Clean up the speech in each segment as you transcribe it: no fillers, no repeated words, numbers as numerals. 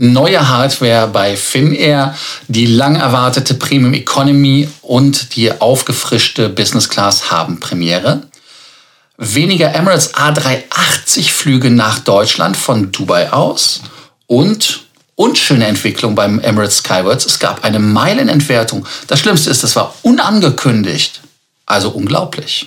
neue Hardware bei Finnair, die lang erwartete Premium Economy und die aufgefrischte Business Class haben Premiere. Weniger Emirates A380-Flüge nach Deutschland von Dubai aus und unschöne Entwicklung beim Emirates Skywards. Es gab eine Meilenentwertung. Das Schlimmste ist, es war unangekündigt. Also unglaublich.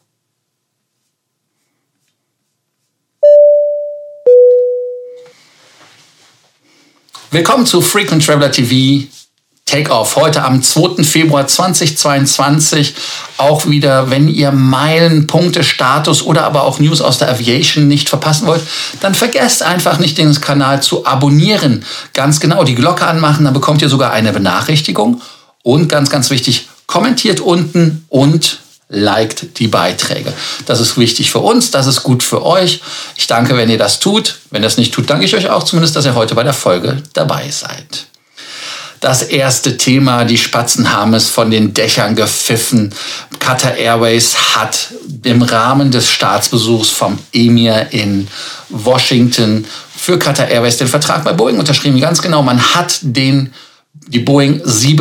Willkommen zu Frequent Traveler TV Take-Off. Heute am 2. Februar 2022. Auch wieder, wenn ihr Meilen, Punkte, Status oder aber auch News aus der Aviation nicht verpassen wollt, dann vergesst einfach nicht, den Kanal zu abonnieren. Ganz genau, die Glocke anmachen, dann bekommt ihr sogar eine Benachrichtigung. Und ganz, ganz wichtig, kommentiert unten und liked die Beiträge. Das ist wichtig für uns, das ist gut für euch. Ich danke, wenn ihr das tut. Wenn ihr das nicht tut, danke ich euch auch zumindest, dass ihr heute bei der Folge dabei seid. Das erste Thema, die Spatzen haben es von den Dächern gepfiffen. Qatar Airways hat im Rahmen des Staatsbesuchs vom Emir in Washington für Qatar Airways den Vertrag bei Boeing unterschrieben. Ganz genau, man hat die Boeing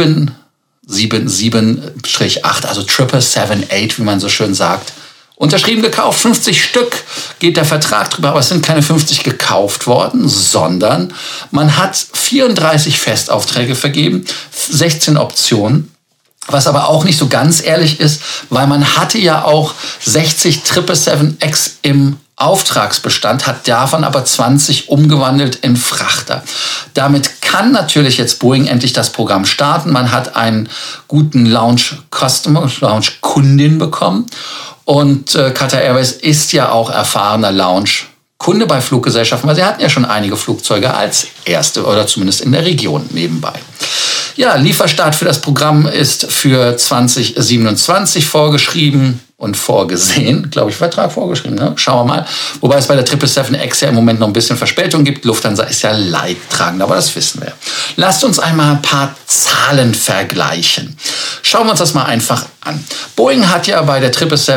777-8, also 777-8, wie man so schön sagt, unterschrieben, gekauft. 50 Stück geht der Vertrag drüber, aber es sind keine 50 gekauft worden, sondern man hat 34 Festaufträge vergeben, 16 Optionen. Was aber auch nicht so ganz ehrlich ist, weil man hatte ja auch 60 777X im Auftragsbestand, hat davon aber 20 umgewandelt in Frachter. Damit kann natürlich jetzt Boeing endlich das Programm starten. Man hat einen guten Launch-Kundin bekommen. Und Qatar Airways ist ja auch erfahrener Launch-Kunde bei Fluggesellschaften, weil sie hatten ja schon einige Flugzeuge als erste oder zumindest in der Region nebenbei. Ja, Lieferstart für das Programm ist für 2027 vorgeschrieben und vorgesehen. Glaube ich, Vertrag vorgeschrieben, ne? Schauen wir mal. Wobei es bei der 777X ja im Moment noch ein bisschen Verspätung gibt. Lufthansa ist ja leidtragend, aber das wissen wir. Lasst uns einmal ein paar Zahlen vergleichen. Schauen wir uns das mal einfach an. Boeing hat ja bei der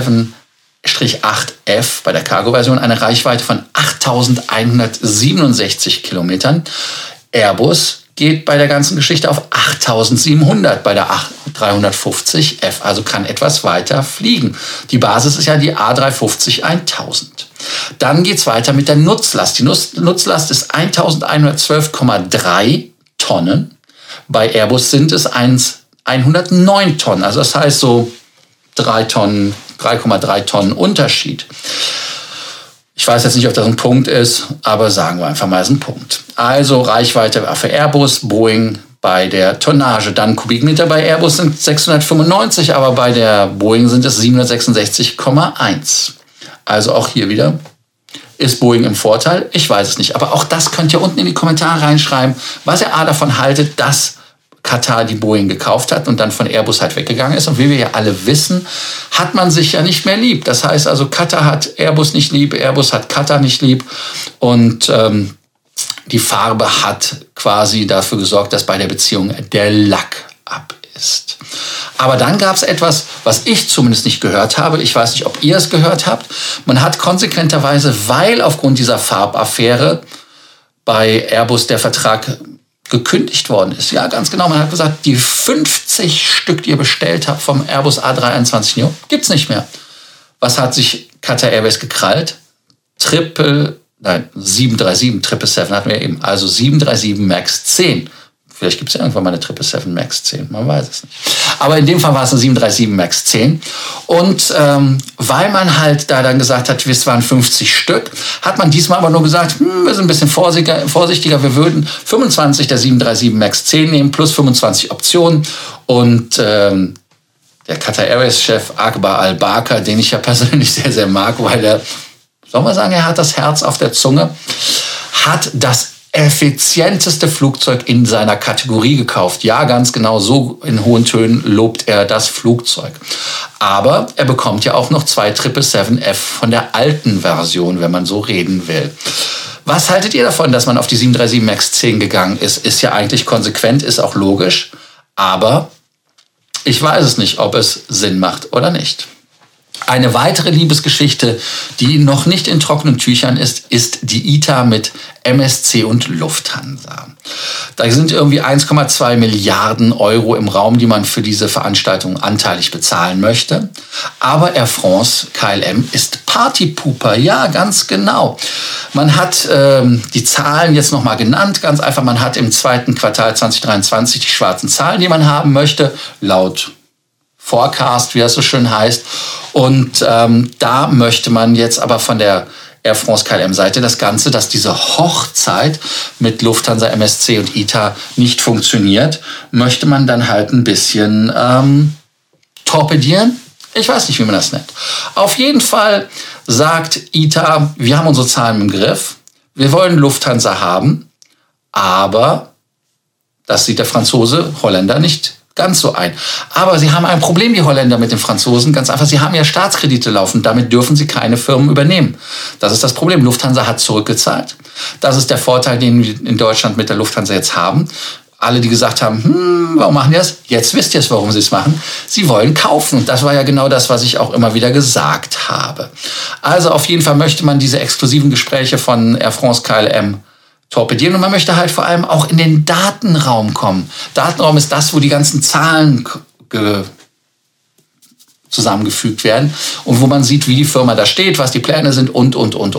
777-8F, bei der Cargo-Version, eine Reichweite von 8.167 Kilometern. Airbus geht bei der ganzen Geschichte auf 8.700 bei der 350F, also kann etwas weiter fliegen. Die Basis ist ja die A350-1000. Dann geht's weiter mit der Nutzlast. Die Nutzlast ist 1.112,3 Tonnen. Bei Airbus sind es 109 Tonnen. Also das heißt so 3,3 Tonnen Unterschied. Ich weiß jetzt nicht, ob das ein Punkt ist, aber sagen wir einfach mal, es ist ein Punkt. Also Reichweite für Airbus, Boeing bei der Tonnage. Dann Kubikmeter bei Airbus sind 695, aber bei der Boeing sind es 766,1. Also auch hier wieder, ist Boeing im Vorteil? Ich weiß es nicht. Aber auch das könnt ihr unten in die Kommentare reinschreiben, was ihr davon haltet, dass Qatar die Boeing gekauft hat und dann von Airbus halt weggegangen ist. Und wie wir ja alle wissen, hat man sich ja nicht mehr lieb. Das heißt also, Qatar hat Airbus nicht lieb, Airbus hat Qatar nicht lieb. Und die Farbe hat quasi dafür gesorgt, dass bei der Beziehung der Lack ab ist. Aber dann gab es etwas, was ich zumindest nicht gehört habe. Ich weiß nicht, ob ihr es gehört habt. Man hat konsequenterweise, weil aufgrund dieser Farbaffäre bei Airbus der Vertrag gekündigt worden ist. Ja, ganz genau. Man hat gesagt, die 50 Stück, die ihr bestellt habt vom Airbus A321neo, gibt's nicht mehr. Was hat sich Qatar Airways gekrallt? 737 hatten wir eben. Also 737 MAX 10. Vielleicht gibt es ja irgendwann mal eine 777 MAX 10. Man weiß es nicht. Aber in dem Fall war es eine 737 MAX 10. Und weil man halt da dann gesagt hat, es waren 50 Stück, hat man diesmal aber nur gesagt, wir sind ein bisschen vorsichtiger. Wir würden 25 der 737 MAX 10 nehmen, plus 25 Optionen. Und der Qatar Airways-Chef Akbar Al-Bakr, den ich ja persönlich sehr, sehr mag, weil er, soll man sagen, er hat das Herz auf der Zunge, hat das effizienteste Flugzeug in seiner Kategorie gekauft. Ja, ganz genau, so in hohen Tönen lobt er das Flugzeug. Aber er bekommt ja auch noch 2 777F von der alten Version, wenn man so reden will. Was haltet ihr davon, dass man auf die 737 MAX 10 gegangen ist? Ist ja eigentlich konsequent, ist auch logisch. Aber ich weiß es nicht, ob es Sinn macht oder nicht. Eine weitere Liebesgeschichte, die noch nicht in trockenen Tüchern ist, ist die ITA mit MSC und Lufthansa. Da sind irgendwie 1,2 Milliarden Euro im Raum, die man für diese Veranstaltung anteilig bezahlen möchte. Aber Air France KLM ist Partypooper, ja, ganz genau. Man hat die Zahlen jetzt nochmal genannt, ganz einfach, man hat im zweiten Quartal 2023 die schwarzen Zahlen, die man haben möchte, laut Forecast, wie das so schön heißt. Und da möchte man jetzt aber von der Air France KLM-Seite das Ganze, dass diese Hochzeit mit Lufthansa, MSC und ITA nicht funktioniert, möchte man dann halt ein bisschen torpedieren. Ich weiß nicht, wie man das nennt. Auf jeden Fall sagt ITA, wir haben unsere Zahlen im Griff, wir wollen Lufthansa haben, aber das sieht der Franzose, Holländer nicht ganz so ein. Aber sie haben ein Problem, die Holländer, mit den Franzosen. Ganz einfach, sie haben ja Staatskredite laufen. Damit dürfen sie keine Firmen übernehmen. Das ist das Problem. Lufthansa hat zurückgezahlt. Das ist der Vorteil, den wir in Deutschland mit der Lufthansa jetzt haben. Alle, die gesagt haben, warum machen die das? Jetzt wisst ihr es, warum sie es machen. Sie wollen kaufen. Und das war ja genau das, was ich auch immer wieder gesagt habe. Also auf jeden Fall möchte man diese exklusiven Gespräche von Air France KLM torpedieren und man möchte halt vor allem auch in den Datenraum kommen. Datenraum ist das, wo die ganzen Zahlen zusammengefügt werden und wo man sieht, wie die Firma da steht, was die Pläne sind und.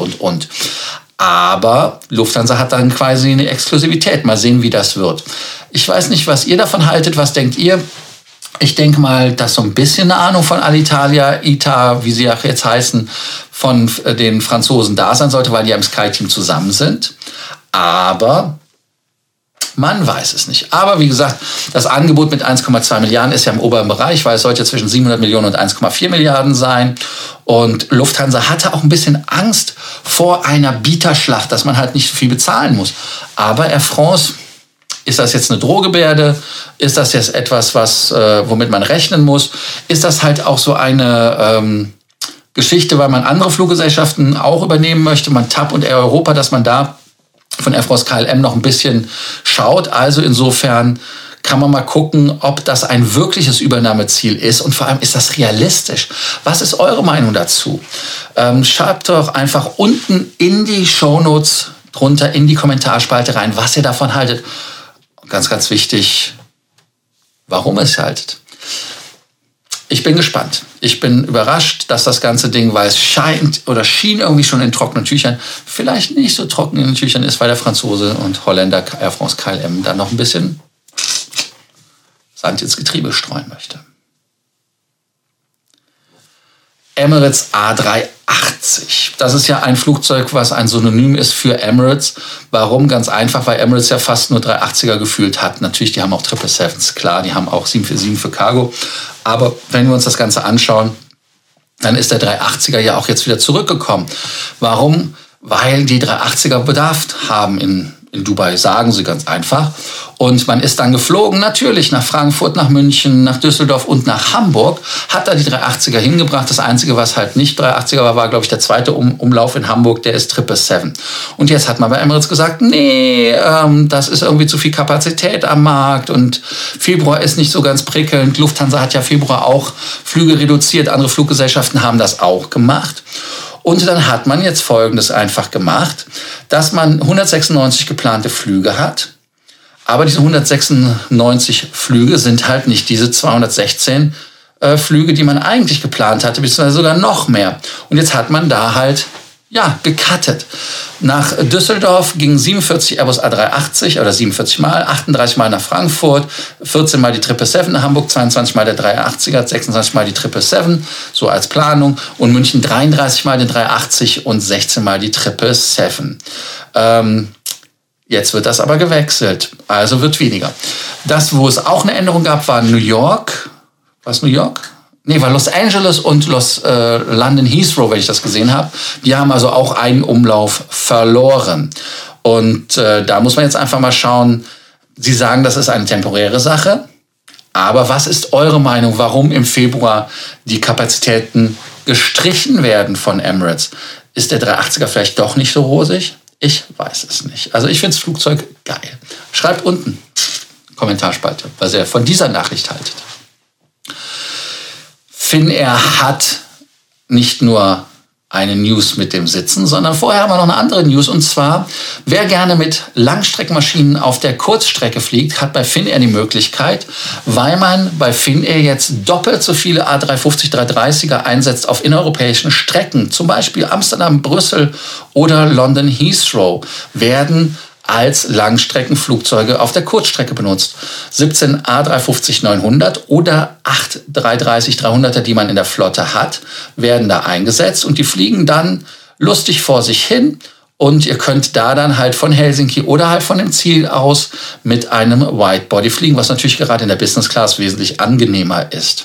Aber Lufthansa hat dann quasi eine Exklusivität. Mal sehen, wie das wird. Ich weiß nicht, was ihr davon haltet. Was denkt ihr? Ich denke mal, dass so ein bisschen eine Ahnung von Alitalia, ITA, wie sie auch jetzt heißen, von den Franzosen da sein sollte, weil die ja im Sky-Team zusammen sind. Aber man weiß es nicht. Aber wie gesagt, das Angebot mit 1,2 Milliarden ist ja im oberen Bereich, weil es sollte zwischen 700 Millionen und 1,4 Milliarden sein. Und Lufthansa hatte auch ein bisschen Angst vor einer Bieterschlacht, dass man halt nicht so viel bezahlen muss. Aber Air France, ist das jetzt eine Drohgebärde? Ist das jetzt etwas, womit man rechnen muss? Ist das halt auch so eine Geschichte, weil man andere Fluggesellschaften auch übernehmen möchte, man TAP und Air Europa, dass man da von Air France KLM noch ein bisschen schaut. Also insofern kann man mal gucken, ob das ein wirkliches Übernahmeziel ist und vor allem, ist das realistisch? Was ist eure Meinung dazu? Schreibt doch einfach unten in die Shownotes drunter, in die Kommentarspalte rein, was ihr davon haltet. Ganz, ganz wichtig, warum ihr es haltet. Ich bin gespannt. Ich bin überrascht, dass das ganze Ding, weil es schien irgendwie schon in trockenen Tüchern, vielleicht nicht so trocken in den Tüchern ist, weil der Franzose und Holländer Air France KLM dann noch ein bisschen Sand ins Getriebe streuen möchte. Emirates A380. Das ist ja ein Flugzeug, was ein Synonym ist für Emirates. Warum? Ganz einfach, weil Emirates ja fast nur 380er gefühlt hat. Natürlich, die haben auch 777s, klar, die haben auch 747 für Cargo. Aber wenn wir uns das Ganze anschauen, dann ist der 380er ja auch jetzt wieder zurückgekommen. Warum? Weil die 380er Bedarf haben in Dubai, sagen sie ganz einfach. Und man ist dann geflogen, natürlich nach Frankfurt, nach München, nach Düsseldorf und nach Hamburg, hat da die 380er hingebracht. Das Einzige, was halt nicht 380er war, glaube ich, der zweite Umlauf in Hamburg, der ist 777. Und jetzt hat man bei Emirates gesagt, nee, das ist irgendwie zu viel Kapazität am Markt und Februar ist nicht so ganz prickelnd. Lufthansa hat ja Februar auch Flüge reduziert, andere Fluggesellschaften haben das auch gemacht. Und dann hat man jetzt Folgendes einfach gemacht, dass man 196 geplante Flüge hat, aber diese 196 Flüge sind halt nicht diese 216 Flüge, die man eigentlich geplant hatte, beziehungsweise sogar noch mehr. Und jetzt hat man da halt, gecuttet. Nach Düsseldorf gingen 47 Airbus A380 oder 47 Mal, 38 Mal nach Frankfurt, 14 Mal die 777 nach Hamburg, 22 Mal der 380er, 26 Mal die 777, so als Planung. Und München 33 Mal den 380 und 16 Mal die 777. Jetzt wird das aber gewechselt, also wird weniger. Das, wo es auch eine Änderung gab, war New York. Was New York? Nee, war Los Angeles und London Heathrow, wenn ich das gesehen habe. Die haben also auch einen Umlauf verloren. Und da muss man jetzt einfach mal schauen. Sie sagen, das ist eine temporäre Sache. Aber was ist eure Meinung, warum im Februar die Kapazitäten gestrichen werden von Emirates? Ist der 380er vielleicht doch nicht so rosig? Ich weiß es nicht. Also ich finde das Flugzeug geil. Schreibt unten, Kommentarspalte, was ihr von dieser Nachricht haltet. Finnair hat nicht nur eine News mit dem Sitzen, sondern vorher haben wir noch eine andere News. Und zwar, wer gerne mit Langstreckenmaschinen auf der Kurzstrecke fliegt, hat bei Finnair die Möglichkeit, weil man bei Finnair jetzt doppelt so viele A350, 330er einsetzt auf innereuropäischen Strecken, zum Beispiel Amsterdam, Brüssel oder London Heathrow, werden als Langstreckenflugzeuge auf der Kurzstrecke benutzt. 17 A350-900 oder 8 330-300er, die man in der Flotte hat, werden da eingesetzt und die fliegen dann lustig vor sich hin und ihr könnt da dann halt von Helsinki oder halt von dem Ziel aus mit einem Widebody fliegen, was natürlich gerade in der Business Class wesentlich angenehmer ist.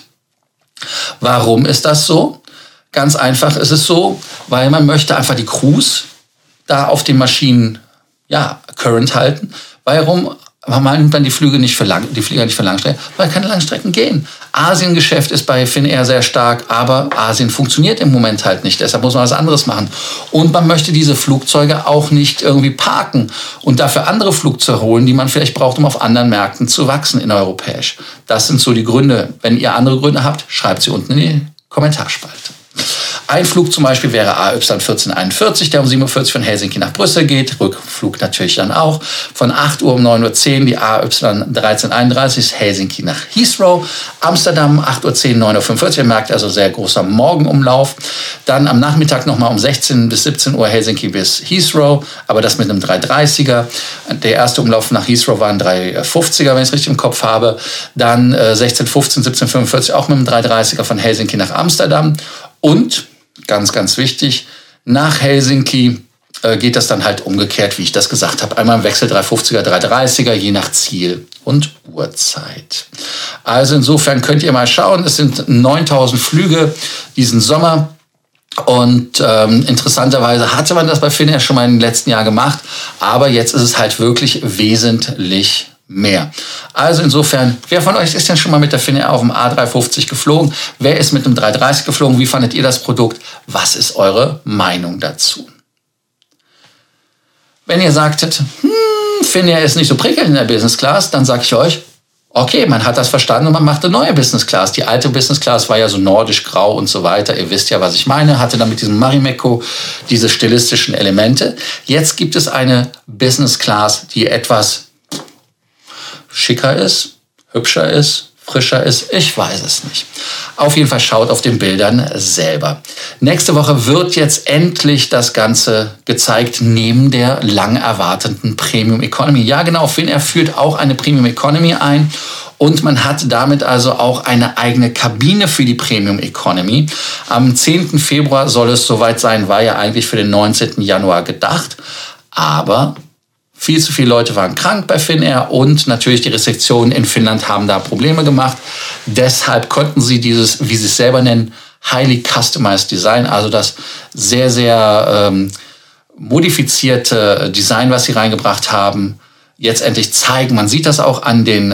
Warum ist das so? Ganz einfach ist es so, weil man möchte einfach die Crews da auf den Maschinen current halten. Warum nimmt man die Flieger nicht für Langstrecken? Weil keine Langstrecken gehen. Asiengeschäft ist bei Finnair sehr stark, aber Asien funktioniert im Moment halt nicht. Deshalb muss man was anderes machen. Und man möchte diese Flugzeuge auch nicht irgendwie parken und dafür andere Flugzeuge holen, die man vielleicht braucht, um auf anderen Märkten zu wachsen innereuropäisch. Das sind so die Gründe. Wenn ihr andere Gründe habt, schreibt sie unten in die Kommentarspalte. Ein Flug zum Beispiel wäre AY 1441, der um 7:40 Uhr von Helsinki nach Brüssel geht. Rückflug natürlich dann auch. Von 8 Uhr um 9:10 Uhr die AY 1331 Helsinki nach Heathrow. Amsterdam 8:10 Uhr, 9:45 Uhr. Ihr merkt also sehr großer Morgenumlauf. Dann am Nachmittag nochmal um 16 bis 17 Uhr Helsinki bis Heathrow. Aber das mit einem 330er. Der erste Umlauf nach Heathrow war ein 350er, wenn ich es richtig im Kopf habe. Dann 16:15, 17:45 auch mit einem 330er von Helsinki nach Amsterdam. Und ganz, ganz wichtig, nach Helsinki geht das dann halt umgekehrt, wie ich das gesagt habe. Einmal im Wechsel 350er, 330er, je nach Ziel und Uhrzeit. Also insofern könnt ihr mal schauen, es sind 9000 Flüge diesen Sommer. Und interessanterweise hatte man das bei Finnair schon mal im letzten Jahr gemacht, aber jetzt ist es halt wirklich wesentlich mehr. Also insofern, wer von euch ist denn schon mal mit der Finnair auf dem A350 geflogen? Wer ist mit einem 330 geflogen? Wie fandet ihr das Produkt? Was ist eure Meinung dazu? Wenn ihr sagtet, Finnair ist nicht so prickelnd in der Business Class, dann sage ich euch, okay, man hat das verstanden und man macht eine neue Business Class. Die alte Business Class war ja so nordisch grau und so weiter. Ihr wisst ja, was ich meine. Hatte dann mit diesem Marimekko diese stilistischen Elemente. Jetzt gibt es eine Business Class, die etwas schicker ist, hübscher ist, frischer ist. Ich weiß es nicht. Auf jeden Fall schaut auf den Bildern selber. Nächste Woche wird jetzt endlich das Ganze gezeigt, neben der lang erwarteten Premium Economy. Ja genau, Finnair führt auch eine Premium Economy ein. Und man hat damit also auch eine eigene Kabine für die Premium Economy. Am 10. Februar soll es soweit sein, war ja eigentlich für den 19. Januar gedacht. Aber viel zu viele Leute waren krank bei Finnair und natürlich die Restriktionen in Finnland haben da Probleme gemacht. Deshalb konnten sie dieses, wie sie es selber nennen, highly customized Design, also das sehr, sehr modifizierte Design, was sie reingebracht haben, jetzt endlich zeigen. Man sieht das auch an den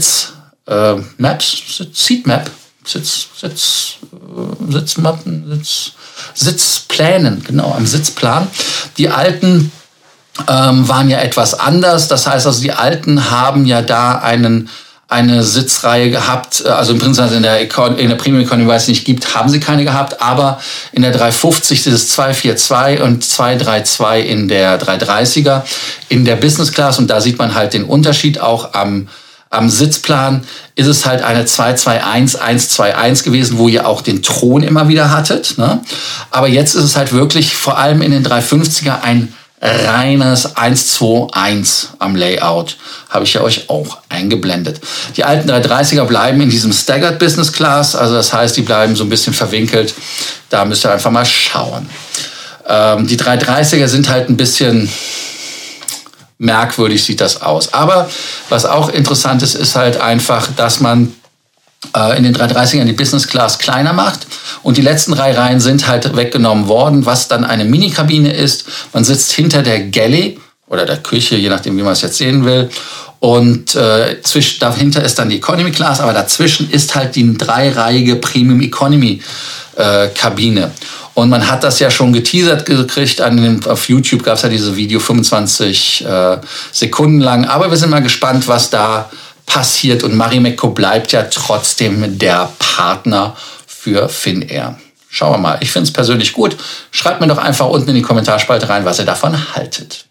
Sitzplänen, genau, am Sitzplan. Die alten waren ja etwas anders. Das heißt also, die Alten haben ja da eine Sitzreihe gehabt. Also im Prinzip in der Premium Economy, weil es nicht gibt, haben sie keine gehabt. Aber in der 350 ist es 242 und 232 in der 330er. In der Business Class, und da sieht man halt den Unterschied auch am Sitzplan, ist es halt eine 221, 121 gewesen, wo ihr auch den Thron immer wieder hattet. Ne? Aber jetzt ist es halt wirklich vor allem in den 350er ein reines 1-2-1 am Layout. Habe ich ja euch auch eingeblendet. Die alten 330er bleiben in diesem Staggered Business Class. Also das heißt, die bleiben so ein bisschen verwinkelt. Da müsst ihr einfach mal schauen. Die 330er sind halt ein bisschen merkwürdig, sieht das aus. Aber was auch interessant ist, ist halt einfach, dass man in den 330ern die Business Class kleiner macht und die letzten 3 Reihen sind halt weggenommen worden, was dann eine Mini-Kabine ist. Man sitzt hinter der Galley oder der Küche, je nachdem, wie man es jetzt sehen will. Und dahinter ist dann die Economy Class, aber dazwischen ist halt die 3-reihige Premium Economy Kabine. Und man hat das ja schon geteasert gekriegt, auf YouTube gab es ja dieses Video 25 Sekunden lang. Aber wir sind mal gespannt, was da passiert. Und Marimekko bleibt ja trotzdem der Partner für Finnair. Schauen wir mal. Ich finde es persönlich gut. Schreibt mir doch einfach unten in die Kommentarspalte rein, was ihr davon haltet.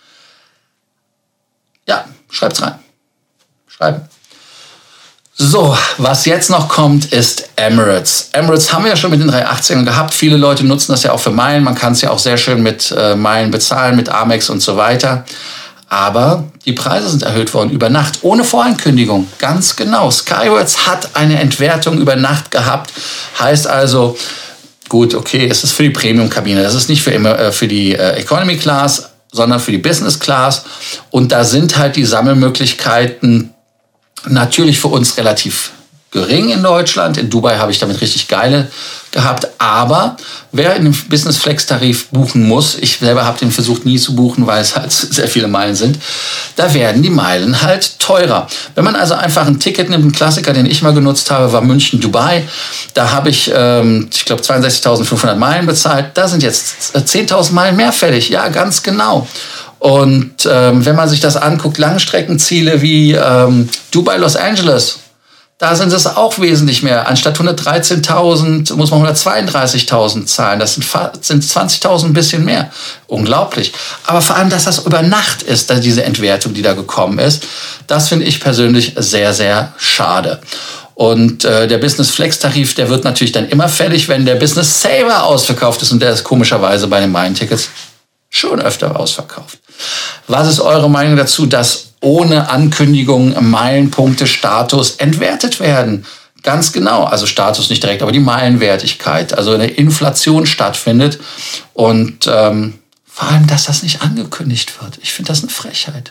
Ja, schreibt's rein. Schreiben. So, was jetzt noch kommt, ist Emirates. Emirates haben wir ja schon mit den 380ern gehabt. Viele Leute nutzen das ja auch für Meilen. Man kann es ja auch sehr schön mit Meilen bezahlen, mit Amex und so weiter. Aber die Preise sind erhöht worden über Nacht, ohne Vorankündigung. Ganz genau. Skywards hat eine Entwertung über Nacht gehabt. Heißt also, gut, okay, es ist für die Premium-Kabine. Das ist nicht für die Economy Class, sondern für die Business Class. Und da sind halt die Sammelmöglichkeiten natürlich für uns relativ gering in Deutschland. In Dubai habe ich damit richtig geile gehabt. Aber wer in dem Business Flex Tarif buchen muss, ich selber habe den versucht nie zu buchen, weil es halt sehr viele Meilen sind, da werden die Meilen halt teurer. Wenn man also einfach ein Ticket nimmt, ein Klassiker, den ich mal genutzt habe, war München-Dubai. Da habe ich, ich glaube, 62.500 Meilen bezahlt. Da sind jetzt 10.000 Meilen mehr fällig. Ja, ganz genau. Und wenn man sich das anguckt, Langstreckenziele wie Dubai, Los Angeles, da sind es auch wesentlich mehr. Anstatt 113.000 muss man 132.000 zahlen. Das sind 20.000 ein bisschen mehr. Unglaublich. Aber vor allem, dass das über Nacht ist, diese Entwertung, die da gekommen ist, das finde ich persönlich sehr, sehr schade. Und der Business Flex Tarif, der wird natürlich dann immer fällig, wenn der Business Saver ausverkauft ist. Und der ist komischerweise bei den Meilen-Tickets schon öfter ausverkauft. Was ist eure Meinung dazu, dass ohne Ankündigung Meilenpunkte, Status entwertet werden? Ganz genau, also Status nicht direkt, aber die Meilenwertigkeit, also eine Inflation stattfindet und vor allem, dass das nicht angekündigt wird. Ich finde das eine Frechheit.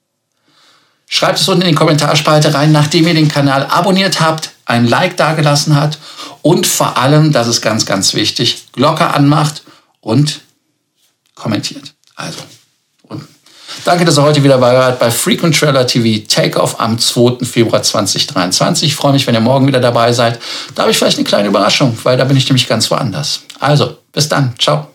Schreibt es unten in die Kommentarspalte rein, nachdem ihr den Kanal abonniert habt, ein Like dagelassen habt und vor allem, das ist ganz, ganz wichtig, Glocke anmacht und kommentiert. Also, und danke, dass ihr heute wieder dabei wart bei Frequent Traveler TV Takeoff am 2. Februar 2023. Ich freue mich, wenn ihr morgen wieder dabei seid. Da habe ich vielleicht eine kleine Überraschung, weil da bin ich nämlich ganz woanders. Also, bis dann. Ciao.